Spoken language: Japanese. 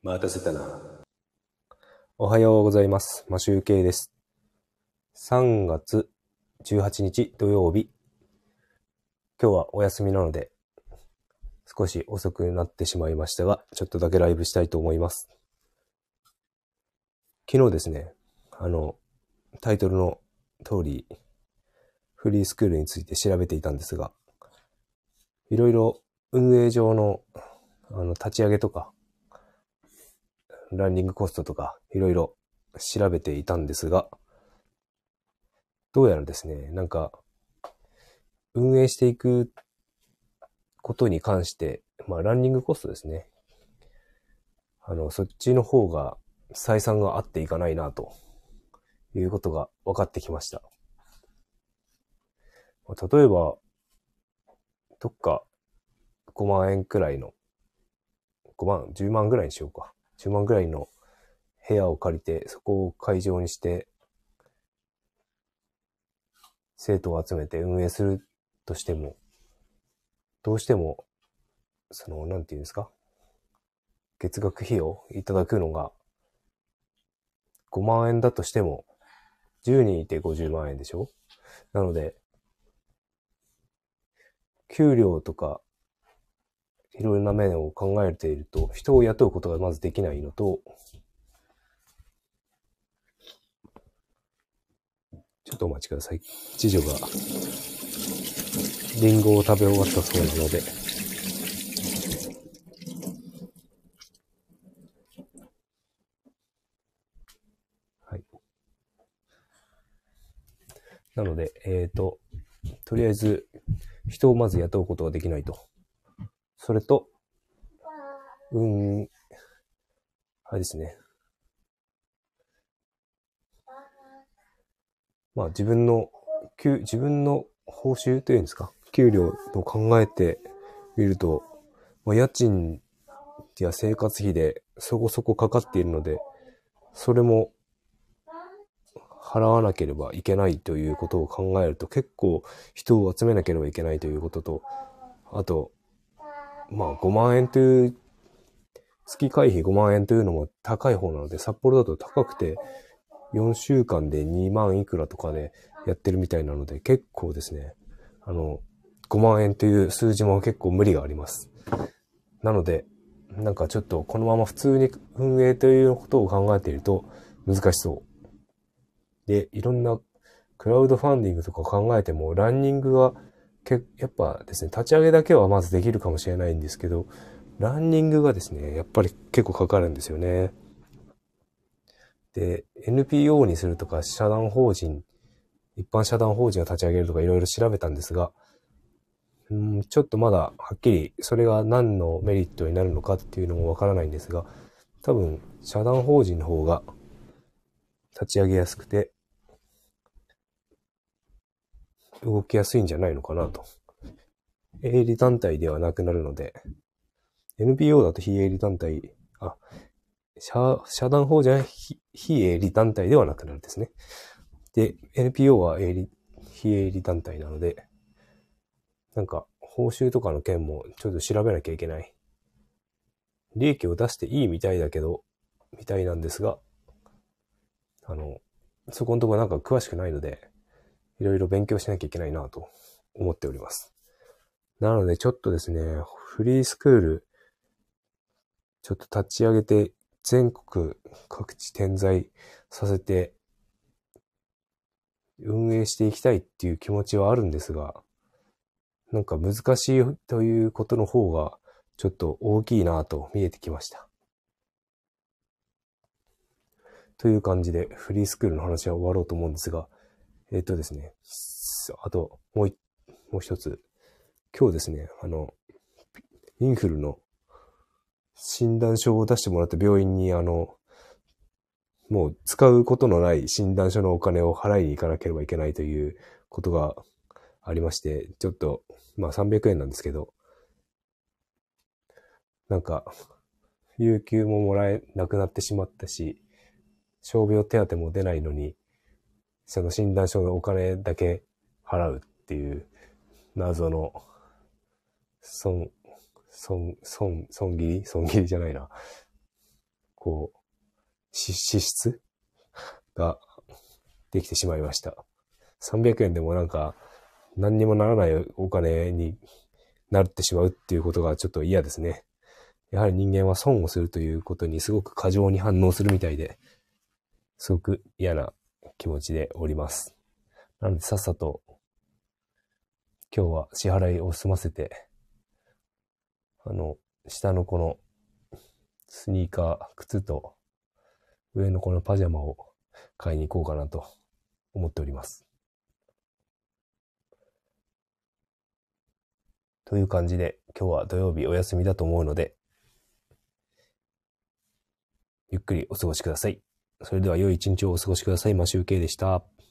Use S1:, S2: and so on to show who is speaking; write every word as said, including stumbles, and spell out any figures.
S1: 待たせたな。
S2: おはようございます。マシュウケイです。さんがつじゅうはちにち土曜日。今日はお休みなので、少し遅くなってしまいましたが、ちょっとだけライブしたいと思います。昨日ですね、あの、タイトルの通り、フリースクールについて調べていたんですが、いろいろ運営上の、あの、立ち上げとか、ランニングコストとか、いろいろ調べていたんですが、どうやらですね、なんか、運営していくことに関して、まあ、ランニングコストですね。あの、そっちの方が採算が合っていかないな、ということが分かってきました。例えば、どっかごまんえんくらいの、ごまん、じゅうまんぐらいにしようか。じゅうまんぐらいの部屋を借りて、そこを会場にして、生徒を集めて運営するとしても、どうしても、その、なんていうんですか、月額費用いただくのがごまんえんだとしても、じゅうにんいてごじゅうまんえんでしょ？なので、給料とか、いろいろな面を考えていると、人を雇うことがまずできないのと、ちょっとお待ちください。次女が、リンゴを食べ終わったそうなので、はい。なので、えっと、とりあえず、人をまず雇うことができないと。それと、うん、あれですね。まあ自分の、給自分の報酬というんですか、給料を考えてみると、まあ、家賃や生活費でそこそこかかっているので、それも払わなければいけないということを考えると、結構人を集めなければいけないということと、あと、まあごまんえんという、月会費ごまんえんというのも高い方なので、札幌だと高くてよんしゅうかんでにまんいくらとかでやってるみたいなので、結構ですね、あの、ごまんえんという数字も結構無理があります。なので、なんかちょっとこのまま普通に運営ということを考えていると難しそう。で、いろんなクラウドファンディングとか考えても、ランニングはけやっぱですね、立ち上げだけはまずできるかもしれないんですけど、ランニングがですね、やっぱり結構かかるんですよね。で、エヌピーオー にするとか、社団法人、一般社団法人を立ち上げるとかいろいろ調べたんですが、うん、ちょっとまだはっきりそれが何のメリットになるのかっていうのもわからないんですが、多分社団法人の方が立ち上げやすくて動きやすいんじゃないのかなと。営利団体ではなくなるので、エヌピーオー だと非営利団体、あ、社、社団法人は非、非営利団体ではなくなるんですね。で、エヌピーオー は営利、非営利団体なので、なんか、報酬とかの件もちょっと調べなきゃいけない。利益を出していいみたいだけど、みたいなんですが、あの、そこのところなんか詳しくないので、いろいろ勉強しなきゃいけないなと思っております。なのでちょっとですね、フリースクール、ちょっと立ち上げて全国各地点在させて運営していきたいっていう気持ちはあるんですが、なんか難しいということの方がちょっと大きいなと見えてきました。という感じでフリースクールの話は終わろうと思うんですが、えっとですね、あともう一、もう一つ、今日ですね、あの、インフルの診断書を出してもらった病院に、あの、もう使うことのない診断書のお金を払いに行かなければいけないということがありまして、ちょっと、まあさんびゃくえんなんですけど、なんか、有給ももらえなくなってしまったし、傷病手当も出ないのに、その診断書のお金だけ払うっていう謎の、損、損、損、損切り損切りじゃないな。 こう、し支出ができてしまいました。さんびゃくえんでもなんか何にもならないお金になってしまうっていうことがちょっと嫌ですね。やはり人間は損をするということにすごく過剰に反応するみたいで、すごく嫌な気持ちでおります。なのでさっさと今日は支払いを済ませて、あの、下のこのスニーカー、靴と上のこのパジャマを買いに行こうかなと思っております。という感じで今日は土曜日お休みだと思うので、ゆっくりお過ごしください。それでは良い一日をお過ごしください。マシュウケイでした。